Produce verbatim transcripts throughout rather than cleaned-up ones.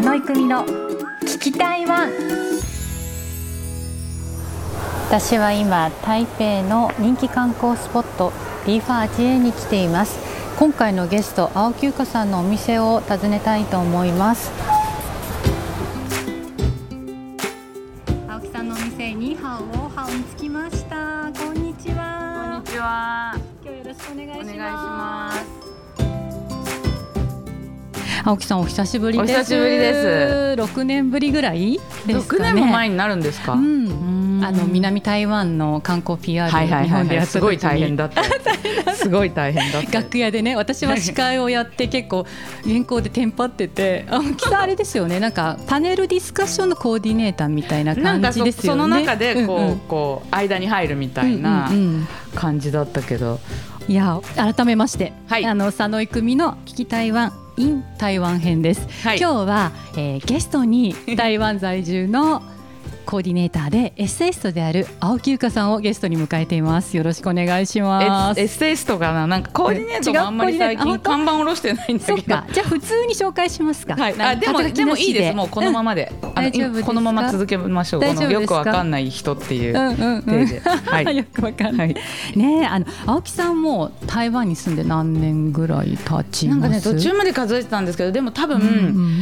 佐野郁美の聞き台湾。私は今台北の人気観光スポットリファージェに来ています。今回のゲスト青木由香さんのお店を訪ねたいと思います。青木さんのお店ニーハオオーハオに着きました。こんにちは。 こんにちは。 今日よろしくお願いします。 お願いします。 青木さんお久しぶりです。 お久しぶりです。 ろくねんぶりぐらいですかね。 ろくねんも前になるんですか。 うん、あの南台湾の観光 ピーアール を日本でやった時に、 すごい大変だったすごい大変だった楽屋でね、私は司会をやって結構原稿でテンパってて、青木さんあれですよね、なんかパネルディスカッションのコーディネーターみたいな感じですよね。 なんか そ, その中でこう、 うんうん、 こう間に入るみたいな感じだったけど、 いや改めまして、 はい、 あの佐野郁美の聞き台湾in 台湾編です、はい、今日は、えー、ゲストに台湾在住のコーディネーターでエッセイストである青木由香さんをゲストに迎えています。よろしくお願いします。 エッセイストかな、なんかコーディネートもあんまり最近看板下ろしてないんだけど。 そうか、じゃあ普通に紹介しますか。 はい、あでもでもいいです。もうこのままで、うん、あのこのまま続けましょう。このよくわかんない人っていう体で、はい、 よくわかんない、はい、ね、あの青木さんも台湾に住んで何年ぐらい経ちます？ なんかね、途中まで数えてたんですけど、でも多分、うんうん、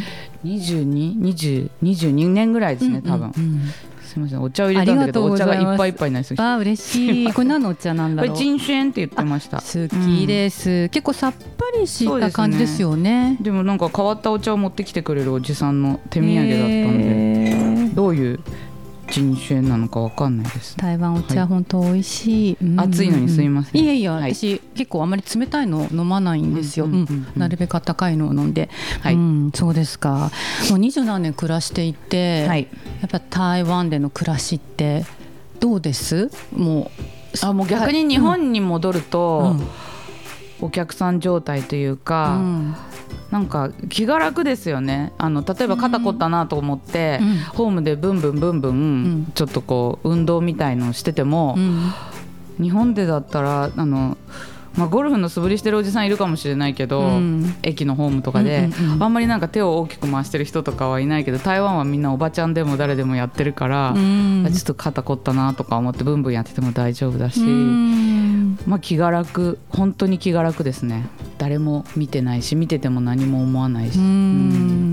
にじゅうに、にじゅう、にじゅうにねんぐらいですね、多分、うんうんうん、すみません、お茶を入れたんだけどお茶がいっぱいいっぱいになりそうです。 あ、嬉しい。これ何のお茶なんだろう。 これジンシェンって言ってました。 好きです、うん、結構さっぱりした感じですよ ね, で, ねでもなんか変わったお茶を持ってきてくれるおじさんの手土産だったんで、どういうジンシェンなのかわかんないです。 台湾お茶、はい、本当美味しい、うんうん、 暑いのにすいません。 いやいや、 はい、 私結構あまり冷たいの飲まないんですよ、うんうんうんうん、なるべく温かいのを飲んで、はい、うん、そうですか。もう二十何年暮らしていて、はい、やっぱ台湾での暮らしってどうです？もうあもう逆に日本に戻ると、うん、お客さん状態というか、うん、なんか気が楽ですよね。あの例えば肩凝ったなと思って、うん、ホームでブンブンブンブン、うん、ちょっとこう運動みたいのをしてても、うん、日本でだったらあの、まあ、ゴルフの素振りしてるおじさんいるかもしれないけど、うん、駅のホームとかで、うんうんうん、あんまりなんか手を大きく回してる人とかはいないけど、台湾はみんなおばちゃんでも誰でもやってるから、うん、ちょっと肩凝ったなとか思ってブンブンやってても大丈夫だし、うん、まあ、気が楽、本当に気が楽ですね。誰も見てないし、見てても何も思わないし、うん、うん、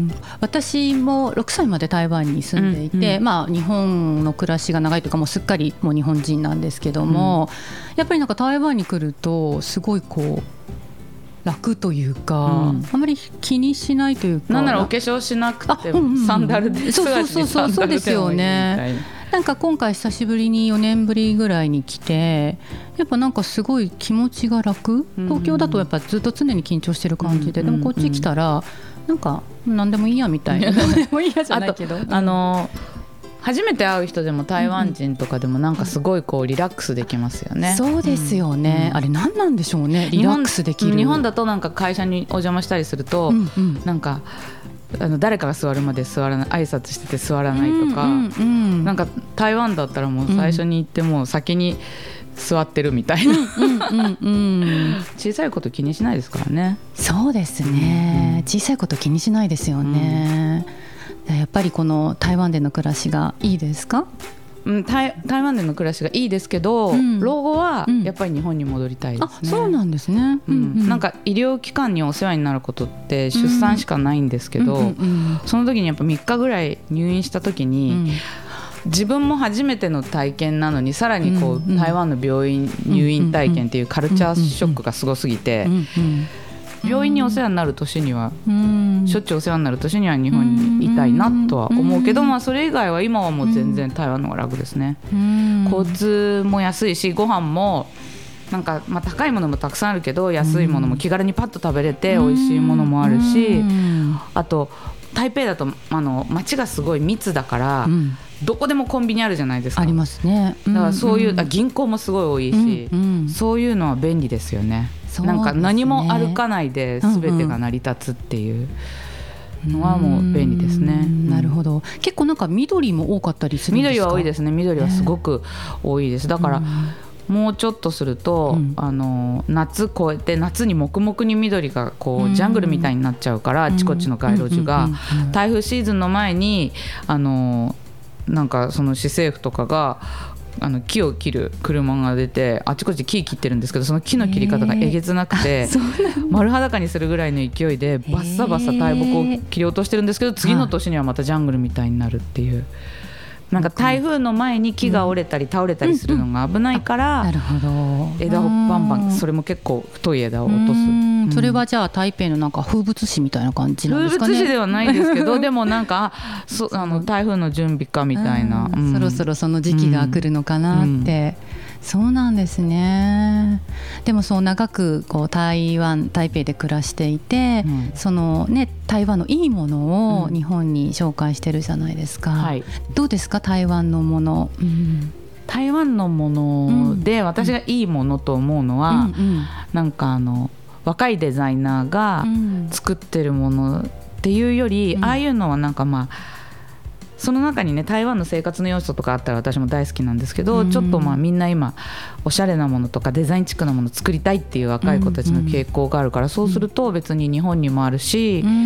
私もろくさいまで台湾に住んでいて、うんうん、まあ、日本の暮らしが長いというかもうすっかりもう日本人なんですけども、うん、やっぱりなんか台湾に来るとすごいこう楽というか、うん、あまり気にしないというか、 なんならお化粧しなくても、うんうん、サンダルでそうそうそうそうそうですよね。なんか今回久しぶりによねんぶりぐらいに来て、やっぱなんかすごい気持ちが楽、うん、東京だとやっぱずっと常に緊張してる感じで、うん、でもこっち来たらなんか何でもいいやみたいな、何でもいいやじゃないけど、 あとあの初めて会う人でも台湾人とかでもなんかすごいこうリラックスできますよね、 うん、そうですよね、うん、あれ何なんでしょうね、リラックスできる。 日本だとなんか会社にお邪魔したりすると、うんうん、なんかあの誰かが座るまで座らない、挨拶してて座らないとか、うんうんうん、なんか台湾だったらもう最初に行ってもう先に座ってるみたいな、うんうんうん、小さいこと気にしないですからね。 そうですね、うん、小さいこと気にしないですよね、うん、やっぱりこの台湾での暮らしがいいですか？ うん、台, 台湾での暮らしがいいですけど、うん、老後はやっぱり日本に戻りたいですね、 うん、あ、そうなんですね、うんうん、 なんか医療機関にお世話になることって出産しかないんですけど、うんうんうん、その時にやっぱみっかぐらい入院した時に、うん、自分も初めての体験なのにさらにこう、うんうん、台湾の病院入院体験っていうカルチャーショックがすごすぎて、うんうんうんうん、病院にお世話になる年には、うん、しょっちゅうお世話になる年には日本にいたいなとは思うけど、まあ、それ以外は今はもう全然台湾の方が楽ですね、うん、交通も安いしご飯もなんか、まあ、高いものもたくさんあるけど安いものも気軽にパッと食べれて美味しいものもあるし、うん、あと台北だとあの街がすごい密だから、うん、どこでもコンビニあるじゃないですか。 ありますね、 だからそういう、うん、あ銀行もすごい多いし、うんうん、そういうのは便利ですよね。なんか何も歩かないで全てが成り立つっていうのはもう便利ですね、 うんうん、なるほど。結構なんか緑も多かったりするんですか？ 緑は多いですね。緑はすごく多いです。だから、うん、 もうちょっとすると、うん、あの夏越えて夏に黙々に緑がこう、うん、ジャングルみたいになっちゃうから、あちこちの街路樹が台風シーズンの前にあのなんかその市政府とかがあの木を切る車が出てあちこち木切ってるんですけど、その木の切り方がえげつなくて丸裸にするぐらいの勢いでバッサバサ大木を切り落としてるんですけど、次の年にはまたジャングルみたいになるっていう、なんか台風の前に木が折れたり倒れたりするのが危ないから、 なるほど、 枝をバンバン、それも結構太い枝を落とす。 うん、それはじゃあ台北のなんか風物詩みたいな感じなんですかね。 風物詩ではないですけどでもなんかそあの台風の準備かみたいな、 うん、そろそろその時期が来るのかなって、うんうん、そうなんですね。でもそう長くこう台湾台北で暮らしていて、うん、そのね台湾のいいものを日本に紹介してるじゃないですか、うんはい、どうですか台湾のもの、うん、 台湾のもので私がいいものと思うのは、うんうん、なんかあの若いデザイナーが作ってるものっていうより、うん、ああいうのはなんかまあその中にね台湾の生活の要素とかあったら私も大好きなんですけど、うん、ちょっとまあみんな今おしゃれなものとかデザインチックなもの作りたいっていう若い子たちの傾向があるから、うん、そうすると別に日本にもあるし、うん、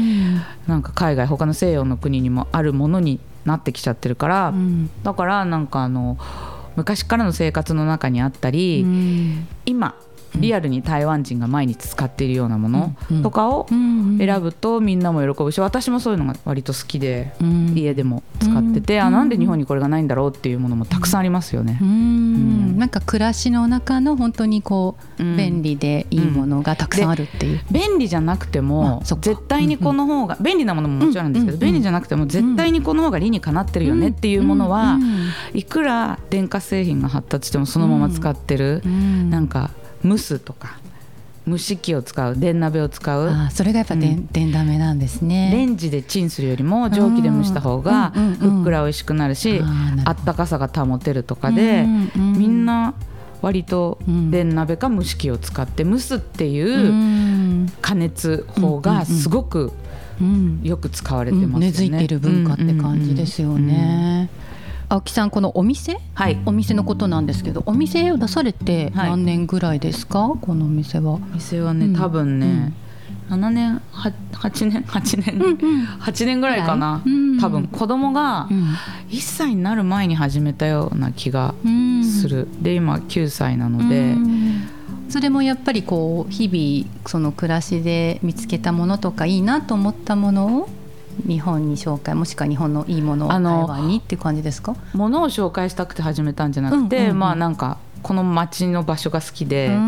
なんか海外他の西洋の国にもあるものになってきちゃってるから、うん、だからなんかあの昔からの生活の中にあったり、うん、今リアルに台湾人が毎日使っているようなものとかを選ぶとみんなも喜ぶし、私もそういうのが割と好きで家でも使ってて、あなんで日本にこれがないんだろうっていうものもたくさんありますよね。うんうんなんか暮らしの中の本当にこう便利でいいものがたくさんあるっていう、 うん、便利じゃなくても絶対にこの方が、うんうん、便利なものももちろんなんですけど、うんうん、便利じゃなくても絶対にこの方が理にかなってるよねっていうものは、うんうん、いくら電化製品が発達してもそのまま使ってる、うんうん、なんか蒸すとか蒸し器を使う電鍋を使う、 あそれがやっぱ 電,、うん、電ダメなんですね。 レンジでチンするよりも蒸気で蒸した方がふっくら美味しくなるし、あったかさが保てるとかで、うんうん、みんな割と電鍋か蒸し器を使って蒸すっていう加熱法がすごくよく使われてますよね、うんうん、根付いている文化って感じですよね。青木さんこのお店、はい、お店のことなんですけど、お店を出されて何年ぐらいですか、はい、このお店は。お店はね、うん、多分ね、うん、ななねんはちねんはちねん、うんうん、はちねんぐらいかな、うん、多分子供がいっさいになる前に始めたような気がする、うん、で今きゅうさいなので、うん、 それもやっぱりこう日々その暮らしで見つけたものとかいいなと思ったものを日本に紹介、もしくは日本のいいものを台湾にっていう感じですか。 ものを紹介したくて始めたんじゃなくて、うんうんうん、まあなんかこの街の場所が好きで、うん、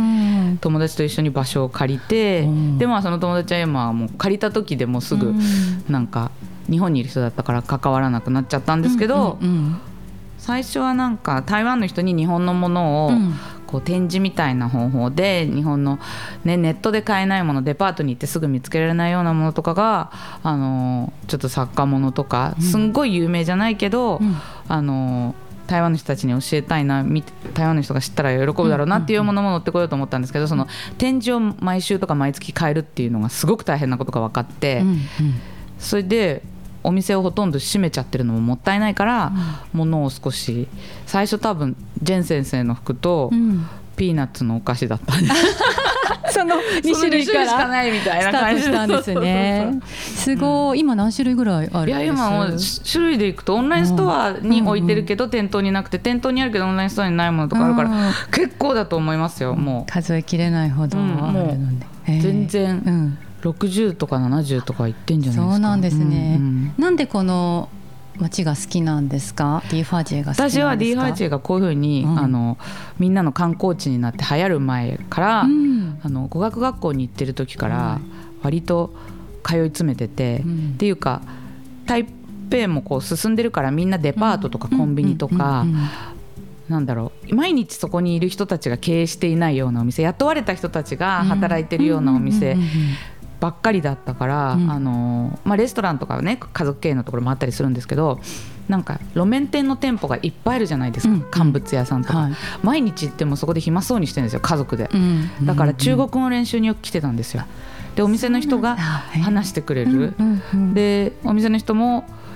友達と一緒に場所を借りて、うん、でまあその友達は今はもう借りた時でもすぐなんか日本にいる人だったから関わらなくなっちゃったんですけど、うんうんうん、最初はなんか台湾の人に日本のものを、うんこう展示みたいな方法で日本の、ね、ネットで買えないもの、デパートに行ってすぐ見つけられないようなものとかがあのちょっと作家物とか、すんごい有名じゃないけど、うん、あの台湾の人たちに教えたいな、台湾の人が知ったら喜ぶだろうなっていうものも持ってこようと思ったんですけど、その展示を毎週とか毎月変えるっていうのがすごく大変なことが分かって、うんうん、それでお店をほとんど閉めちゃってるのももったいないから、うん、物を少し最初多分ジェン先生の服と、うん、ピーナッツのお菓子だったんですそのに種類からしかないみたいな感じスタートしたんですね。すごい、うん、今何種類ぐらいあるんですか。いや今もう種類でいくとオンラインストアに置いてるけど、うんうん、店頭になくて店頭にあるけどオンラインストアにないものとかあるから、うん、結構だと思いますよ。もう数えきれないほどあるので、うん、もう全然、うんろくじゅうとかななじゅうとかいってんじゃないですか。 そうなんですね、うんうん、なんでこの街が好きなんですか。ディーファージェが好きなんですか。 私はディーファージェがこういうふうに、うん、あのみんなの観光地になって流行る前から、うん、あの語学学校に行ってる時から割と通い詰めてて、うん、っていうか台北もこう進んでるからみんなデパートとかコンビニとか、なんだろう、毎日そこにいる人たちが経営していないようなお店、雇われた人たちが働いてるようなお店ばっかりだったから、うんあのまあ、レストランとかはね家族経営のところもあったりするんですけど、なんか路面店の店舗がいっぱいあるじゃないですか、うん、乾物屋さんとか、はい、毎日行ってもそこで暇そうにしてるんですよ家族で、うんうん、だから中国語の練習によく来てたんですよ。でお店の人が話してくれる、でお店の人も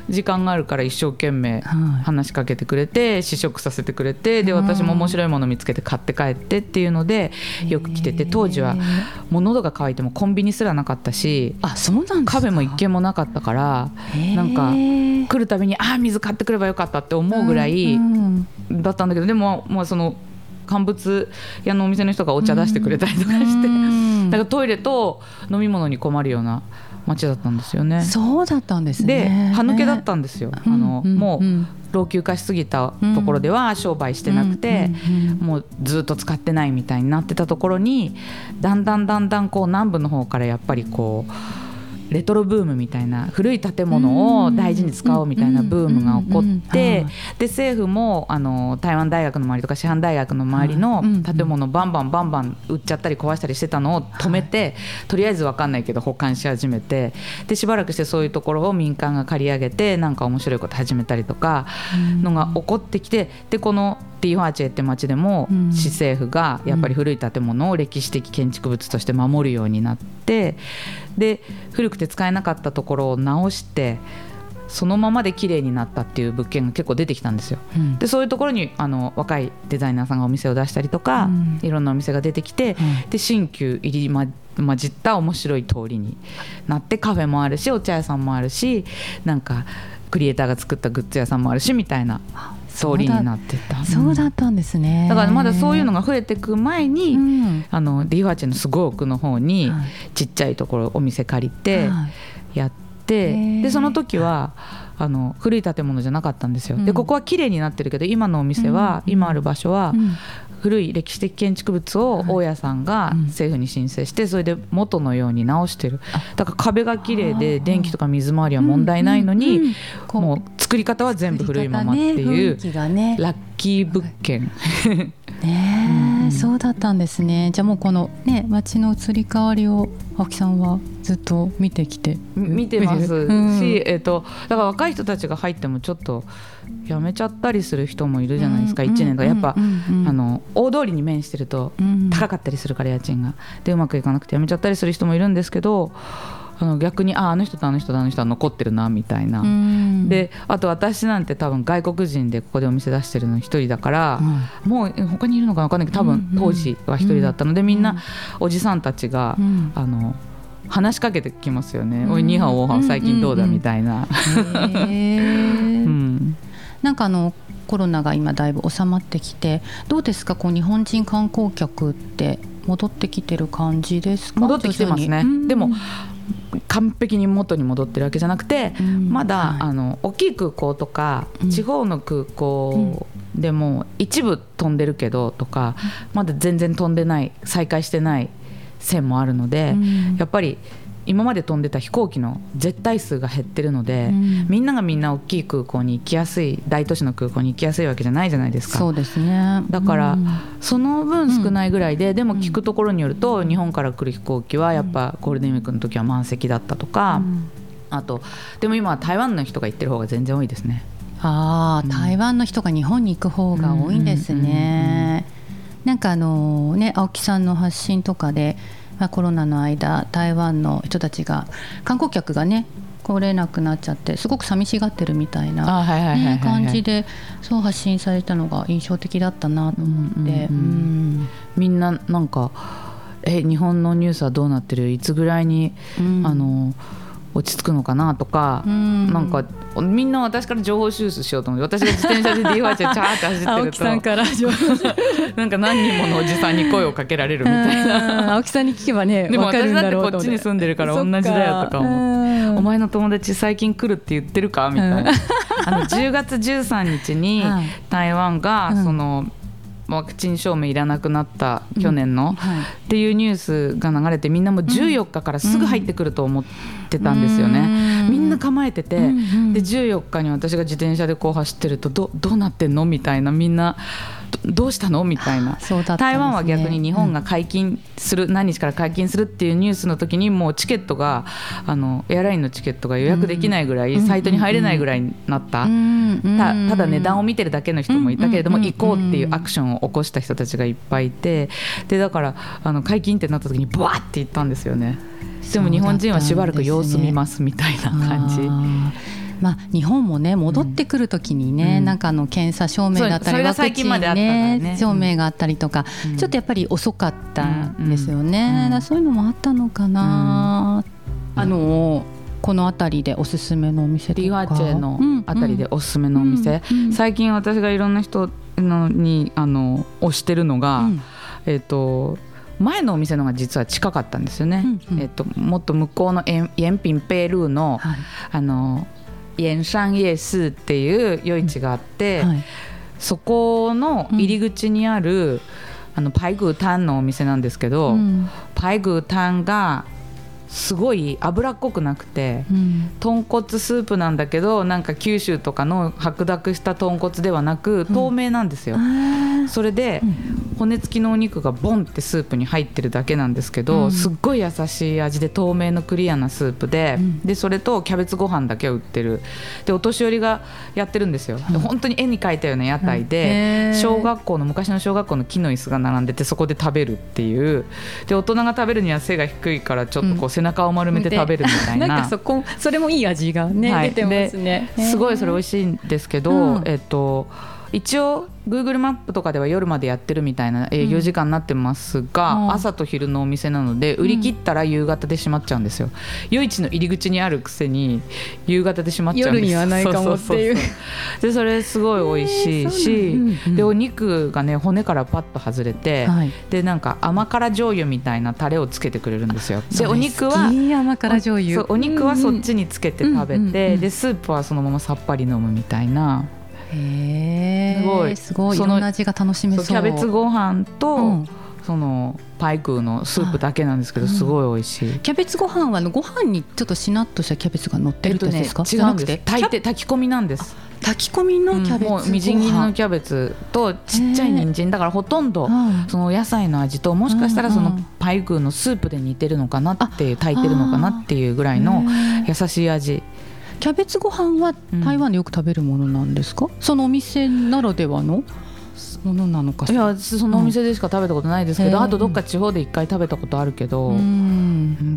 時間があるから一生懸命話しかけてくれて、試食させてくれて、で私も面白いもの見つけて買って帰ってっていうのでよく来てて、当時はもう喉が渇いてもコンビニすらなかったし、 あ、そうなんですか。 カフェも一軒もなかったから、なんか来るたびにあ水買ってくればよかったって思うぐらいだったんだけど、でもまあその乾物屋のお店の人がお茶出してくれたりとかして、だからトイレと飲み物に困るような街だったんですよね。 そうだったんですね。 で歯抜けだったんですよ。あの、うんうんうん、もう老朽化しすぎたところでは商売してなくて、うんうんうん、もうずっと使ってないみたいになってたところに、だんだんだんだんこう南部の方からやっぱりこうレトロブームみたいな、古い建物を大事に使おうみたいなブームが起こって、で政府もあの台湾大学の周りとか師範大学の周りの建物バンバンバンバン売っちゃったり壊したりしてたのを止めて、とりあえず分かんないけど保管し始めて、でしばらくしてそういうところを民間が借り上げてなんか面白いこと始めたりとかのが起こってきて、でこのティーファーチェって町でも市政府がやっぱり古い建物を歴史的建築物として守るようになって、で古くて使えなかったところを直してそのままで綺麗になったっていう物件が結構出てきたんですよ、うん、でそういうところにあの若いデザイナーさんがお店を出したりとか、うん、いろんなお店が出てきて、うん、で新旧入り混じった面白い通りになって、カフェもあるしお茶屋さんもあるし、なんかクリエイターが作ったグッズ屋さんもあるしみたいな通りになってた。 そうだったんですね。 だからまだそういうのが増えていく前に、うん、あのディファーチェのすごい奥の方にちっちゃいところお店借りてやって、はい、でその時はあの古い建物じゃなかったんですよ、うん、でここは綺麗になってるけど今のお店は、うん、今ある場所は、うん古い歴史的建築物を大家さんが政府に申請して、それで元のように直してる。だから壁が綺麗で電気とか水回りは問題ないのに、うんうんうん、もう作り方は全部古いままっていう、ね、ラッキー物件ね、うん、そうだったんですね。じゃあもうこのね街の移り変わりを青木さんはずっと見てきて見てますし、うん、えーと、だから若い人たちが入ってもちょっとやめちゃったりする人もいるじゃないですか、うん、いちねんとかやっぱ、うんうん、あの大通りに面してると高かったりするから家賃がでうまくいかなくてやめちゃったりする人もいるんですけど、あの逆に あ, あの人とあの人とあの人は残ってるなみたいな、うん、であと私なんて多分外国人でここでお店出してるの一人だから、うん、もう他にいるのか分かんないけど多分当時は一人だったので、うん、みんなおじさんたちが、うん、あの話しかけてきますよね、うん、おいニーハオオーハオ最近どうだみたいな、 なんかあのコロナが今だいぶ収まってきてどうですか、こう日本人観光客って戻ってきてる感じですか？ 戻ってきてますね、うん、でも完璧に元に戻ってるわけじゃなくて、うん、まだ、はい、あの大きい空港とか、うん、地方の空港でも一部飛んでるけどとか、うん、まだ全然飛んでない再開してない線もあるので、うん、やっぱり今まで飛んでた飛行機の絶対数が減ってるので、うん、みんながみんな大きい空港に行きやすい大都市の空港に行きやすいわけじゃないじゃないですか。 そうですね。 だから、うん、その分少ないぐらいで、うん、でも聞くところによると、うん、日本から来る飛行機はやっぱゴールデンウィークの時は満席だったとか、うん、あとでも今は台湾の人が行ってる方が全然多いですね。 あ、うん、台湾の人が日本に行く方が多いんですね。なんかあのね青木さんの発信とかでまあ、コロナの間台湾の人たちが観光客がね来れなくなっちゃってすごく寂しがってるみたいな感じでそう発信されたのが印象的だったなと思って、うんうんうんうん、 みんななんかえ日本のニュースはどうなってるいつぐらいに、うん、あの落ち着くのかなとか、うん、なんかみんな私から情報収集しようと思って私が自転車で ディーファーチェチャーって走ってると青木さんから情報なんか何人ものおじさんに声をかけられるみたいな青木さんに聞けばね分かるんだろうと思って。でも私だってこっちに住んでるから同じだよとか思ってお前の友達最近来るって言ってるかみたいなあのじゅうがつじゅうさんにちに台湾がそのワクチン証明いらなくなった去年の、うんはい、っていうニュースが流れてみんなもじゅうよっかからすぐ入ってくると思ってたんですよね、うん、みんな構えてて、うん、でじゅうよっかに私が自転車でこう走ってると ど, どうなってんのみたいなみんな ど, どうしたのみたいな、 そうだったんですね、 台湾は逆に日本が解禁する、うん、何日から解禁するっていうニュースの時にもうチケットがあのエアラインのチケットが予約できないぐらい、うん、サイトに入れないぐらいになった、うん、た, ただ値段を見てるだけの人もいたけれども、うん、行こうっていうアクションを起こした人たちがいっぱいいてでだからあの解禁ってなった時にブワーって行ったんですよね。でも日本人はしばらく様子見ますみたいな感じ。 まあ、日本もね戻ってくる時にね、うん、なんかあの検査証明だったりワクチン、ねね、証明があったりとか、うん、ちょっとやっぱり遅かったんですよね、うんうん、だそういうのもあったのかな、うん、あのこの辺りでおすすめのお店とかリワチェの辺りでおすすめのお店、うんうん、最近私がいろんな人のにあの推してるのが、うん、えっと前のお店のが実は近かったんですよね、うんうん、えっと、もっと向こうの延平ペルーの、はい、あの延山夜市っていう夜市があって、うんはい、そこの入り口にある、うん、あのパイグータンのお店なんですけど、うん、パイグータンがすごい脂っこくなくて、うん、豚骨スープなんだけどなんか九州とかの白濁した豚骨ではなく透明なんですよ、うん、それで、うん、骨付きのお肉がボンってスープに入ってるだけなんですけど、うん、すっごい優しい味で透明のクリアなスープ で,、うん、でそれとキャベツご飯だけを売ってるでお年寄りがやってるんですよ、うん、で本当に絵に描いたような屋台で、うん、小学校の昔の小学校の木の椅子が並んでてそこで食べるっていうで大人が食べるには背が低いからちょっとこう、うん背中を丸めて食べるみたいな、 なんかそこそれもいい味が、ねはい、出てますね。 すごいそれ美味しいんですけど、うんえっと、一応 Google マップとかでは夜までやってるみたいな営業時間になってますが、うん、朝と昼のお店なので売り切ったら夕方で閉まっちゃうんですよ。夜市の入り口にあるくせに夕方で閉まっちゃうんです。 夜にはないかもっていう。 そうそうそうでそれすごい美味しいし、うんうん、でお肉がね骨からパッと外れて、はい、でなんか甘辛醤油みたいなタレをつけてくれるんですよ。でお肉は甘辛醤油お, お肉はそっちにつけて食べて、うんうんうん、でスープはそのままさっぱり飲むみたいな。 へすごいすごいいろんな味が楽しめそう。 キャベツご飯と、うん、そのパイクーのスープだけなんですけどすごい美味しい、うん、 キャベツご飯はご飯にちょっとしなっとしたキャベツが乗ってるってやつですか、 えっとね、違うんです。炊いて炊き込みなんです。 炊き込みのキャベツ、うん、もうみじん切りのキャベツとちっちゃい人参だからほとんどその野菜の味ともしかしたらそのパイクーのスープで似てるのかなっていう炊いてるのかなっていうぐらいの優しい味。 キャベツご飯は台湾でよく食べるものなんですか、うん、そのお店ならではのものなのかしら。 いやそのお店でしか食べたことないですけど、うん、あとどっか地方で一回食べたことあるけど、うん、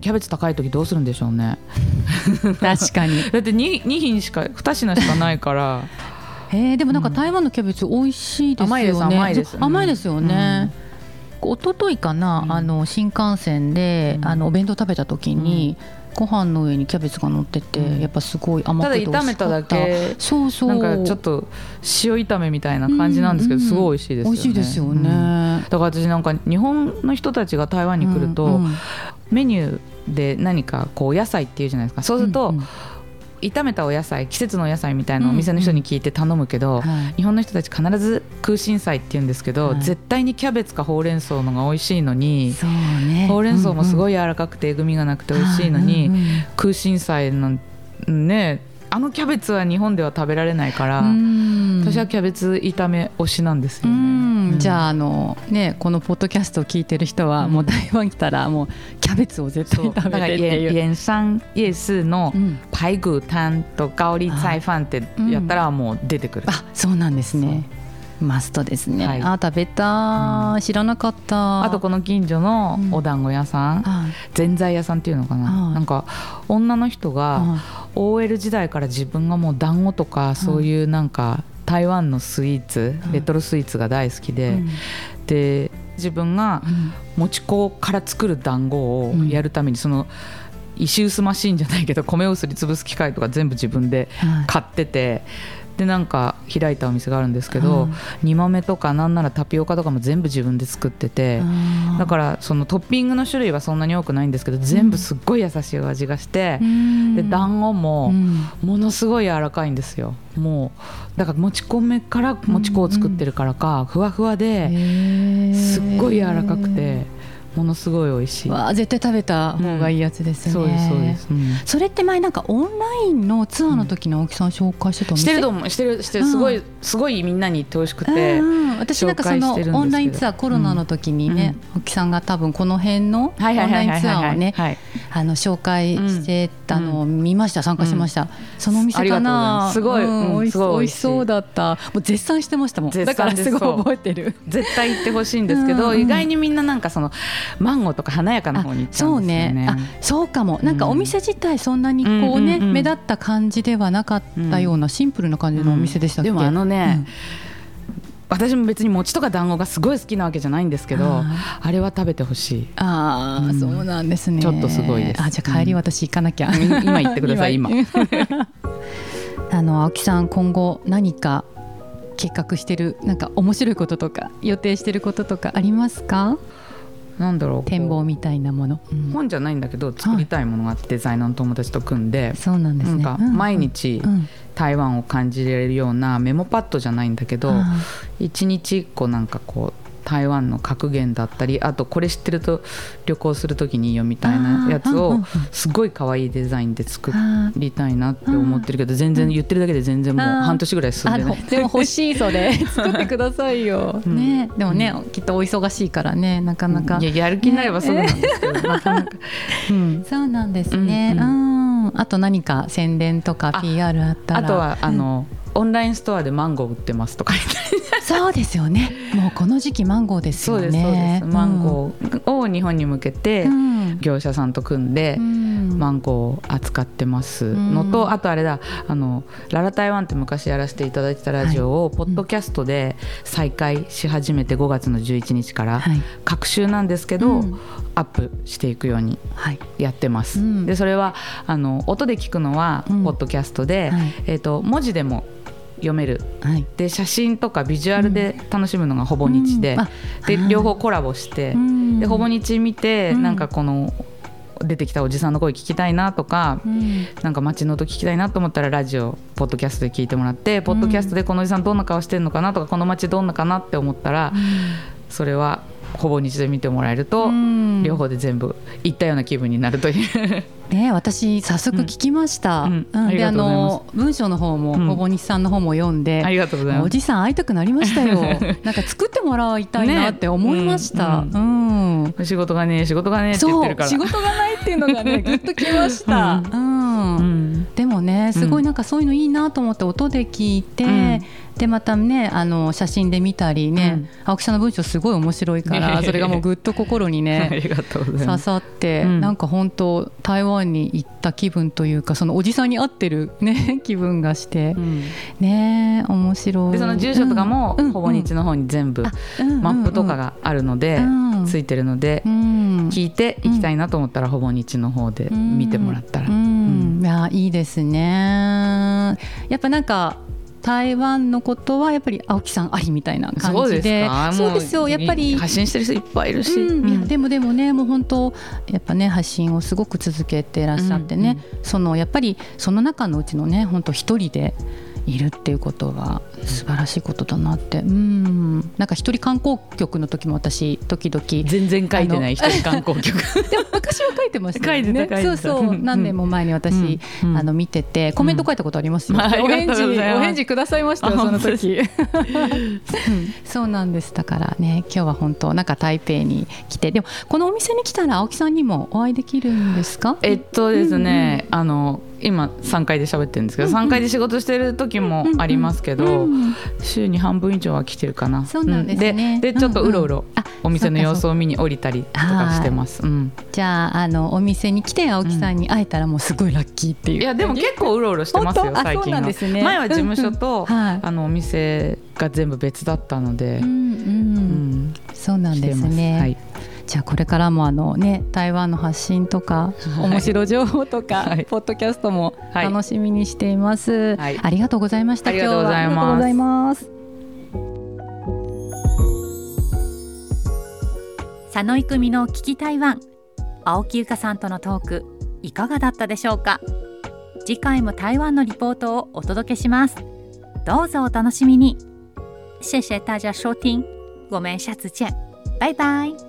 キャベツ高い時どうするんでしょうね確かにだって 2, 2品しかに品しかないからへでもなんか台湾のキャベツ美味しいですよね。 甘いです甘いです、 うん、甘いですよね、うん、一昨日かな、うん、あの新幹線で、うん、あのお弁当食べた時に、うんご飯の上にキャベツが乗ってて、うん、やっぱすごい甘くて美味しかった。ただ炒めただけそうそうなんかちょっと塩炒めみたいな感じなんですけど、うん、すごい美味しいですよね。 美味しいですよね、うん、 だから私なんか日本の人たちが台湾に来ると、うんうん、メニューで何かこうお野菜っていうじゃないですか。そうすると、うんうん炒めたお野菜季節のお野菜みたいなお店の人に聞いて頼むけど、うんうんはい、日本の人たち必ず空心菜って言うんですけど、はい、絶対にキャベツかほうれん草のが美味しいのにそう、ね、 ほうれん草もすごい柔らかくてえぐみがなくて美味しいのに、うんうん、空心菜なんねあのキャベツは日本では食べられないから私はキャベツ炒め推しなんですよね。 うんじゃあ、あの、ね、このポッドキャストを聞いてる人は、うん、もう台湾来たらもうキャベツを絶対食べてっていう延山夜市の排骨湯と高麗菜飯ってやったらもう出てくる、 うん、あそうなんですね。マストですね、はい、あ食べた、うん、知らなかった。 あとこの近所のお団子屋さん、うん、ぜんざい屋さんっていうのかな、なんか女の人が オーエル 時代から自分がもう団子とかそういうなんか台湾のスイーツ、レトロスイーツが大好きで、うん、で自分がもち粉から作る団子をやるためにその石臼マシーンじゃないけど米をすりつぶす機械とか全部自分で買ってて、でなんか開いたお店があるんですけど、うん、煮豆とかなんならタピオカとかも全部自分で作ってて、だからそのトッピングの種類はそんなに多くないんですけど全部すっごい優しい味がして、うん、で団子もものすごい柔らかいんですよ。もうだからもち米からもち粉を作ってるからか、うん、ふわふわですっごい柔らかくてものすごい美味しい。 わ絶対食べた方がいいやつですね、うん、 そうですそうです、うん、 それって前なんかオンラインのツアーの時の青木さん紹介してたんですか、 してると思うしてるしてるすごいすごいみんなに言ってほしくて、うん、 私なんかそのオンラインツアーコロナの時にね、うん、青木さんが多分この辺のオンラインツアーをねあの紹介してたのを見ました、参加しました、うん、そのお店かなすごい、 うんうん、 すごい美味しそうだった。もう絶賛してましたもん。だからすごい覚えてる。 絶対行ってほしいんですけど、うんうん、意外にみんななんかそのマンゴーとか華やかな方に行っちゃうんですよね。 そうね、あ、そうかも。なんかお店自体そんなにこうね、うんうんうん、目立った感じではなかったようなシンプルな感じのお店でしたっけ、 うん、でもあのね、うん、私も別に餅とか団子がすごい好きなわけじゃないんですけど、あ, あれは食べてほしい。 あ、うん、そうなんですね。 ちょっとすごいです。 あ、じゃあ帰り私行かなきゃ、 うん、今行ってください今あの青木さん、今後何か計画してる、なんか面白いこととか予定してることとかありますか？ なんだろう、 展望みたいなもの、うん、 本じゃないんだけど作りたいものがあって、はい、デザイナーの友達と組んで、 そうなんですね、 なんか毎日台湾を感じれるようなメモパッドじゃないんだけど、いちにちいっこなんかこう台湾の格言だったり、あとこれ知ってると旅行するときにいいよみたいなやつをすごい可愛いデザインで作りたいなって思ってるけど、全然言ってるだけで全然もう半年ぐらい進んでない。 でも欲しい、それ作ってくださいよ、うん、ね、でもね、うん、きっとお忙しいからね、なかなか、 いや、やる気になればそうなんですけど、ね、なかなか、 うん、そうなんですね、うんうん、あと何か宣伝とか ピーアール あったら。 あ, あとはあの、うん、オンラインストアでマンゴー売ってますとか言ってそうですよね、もうこの時期マンゴーですよね。 そうですそうです、マンゴーを日本に向けて業者さんと組んで、うん、マンゴーを扱ってますのと、うん、あとあれだ、あのララ台湾って昔やらせていただいてたラジオをポッドキャストで再開し始めてごがつのじゅういちにちから、はい、各週なんですけど、うん、アップしていくようにやってます、はい、でそれはあの音で聞くのはポッドキャストで、うんはい、えーと、文字でも読める、はい、で写真とかビジュアルで楽しむのがほぼ日で、うん、で両方コラボして、うん、でほぼ日見て、うん、なんかこの出てきたおじさんの声聞きたいなとか、うん、なんか街の音聞きたいなと思ったらラジオポッドキャストで聞いてもらって、ポッドキャストでこのおじさんどんな顔してるのかなとか、この街どんなかなって思ったら、うん、それはほぼ日で見てもらえると、うん、両方で全部行ったような気分になるというね、私早速聞きました、うんうん、であの文章の方も、うん、ほぼ日さんの方も読んで、 ありがとうございます。 おじさん会いたくなりましたよなんか作ってもらいたいなって思いました、ね、うんうん、 仕事がね仕事がねって言ってるからそう、仕事がないっていうのがねグッときました、うんうんうん、でもねすごいなんかそういうのいいなと思って音で聞いて、うん、でまたねあの写真で見たりね、うん、青木さんの文章すごい面白いからそれがもうぐっと心にねありがとうございます。 刺さって、うん、なんか本当台湾に行った気分というか、そのおじさんに合ってる、ね、気分がして、うん、ね面白い。 でその住所とかも、うん、ほぼ日の方に全部、うん、マップとかがあるので、うんうん、ついてるので、うん、聞いて行きたいなと思ったら、うん、ほぼ日の方で見てもらったら、うんうん、いやいいですね。やっぱなんか台湾のことはやっぱり青木さんありみたいな感じで。そうですか。そうですよ、やっぱり発信してる人いっぱいいるし、 うん、いやでもでもねもう本当やっぱね発信をすごく続けてらっしゃってね、うんうん、そのやっぱりその中のうちのね本当一人でいるっていうことは素晴らしいことだなって。うん、なんか一人観光局の時も私時々 全然書いてない一人観光局でも昔は書いてましたよね。 書いてた書いてた。 そうそう、何年も前に私、うんうん、あの見ててコメント書いたことありますよ、うん、お返事お返事くださいましたよその時そうなんです。だからね今日は本当なんか台北に来て、でもこのお店に来たら青木さんにもお会いできるんですか？ えっとですね、うんうん、あの今さんかいで喋ってるんですけど、うんうん、さんかいで仕事してる時もありますけど、うんうん、週に半分以上は来てるかな。 そうなんですね、 うん、で, でちょっとうろうろお店の様子を見に降りたりとかしてます、うん、 じゃあ、あのお店に来て青木さんに会えたらもうすごいラッキーっていう、うん、 いやでも結構うろうろしてますよ最近は、ね、前は事務所と、うんうんはい、あのお店が全部別だったので、うんうんうん、 そうなんですね、はい、じゃあこれからもあの、ね、台湾の発信とか、はい、面白情報とか、はい、ポッドキャストも楽しみにしています、はい、ありがとうございました。 ありがとうございます。 今日はありがとうございます。 佐野育美の聞き台湾、青木由香さんとのトークいかがだったでしょうか。次回も台湾のリポートをお届けします。どうぞお楽しみに。谢谢大家收听，我们下次见，拜拜。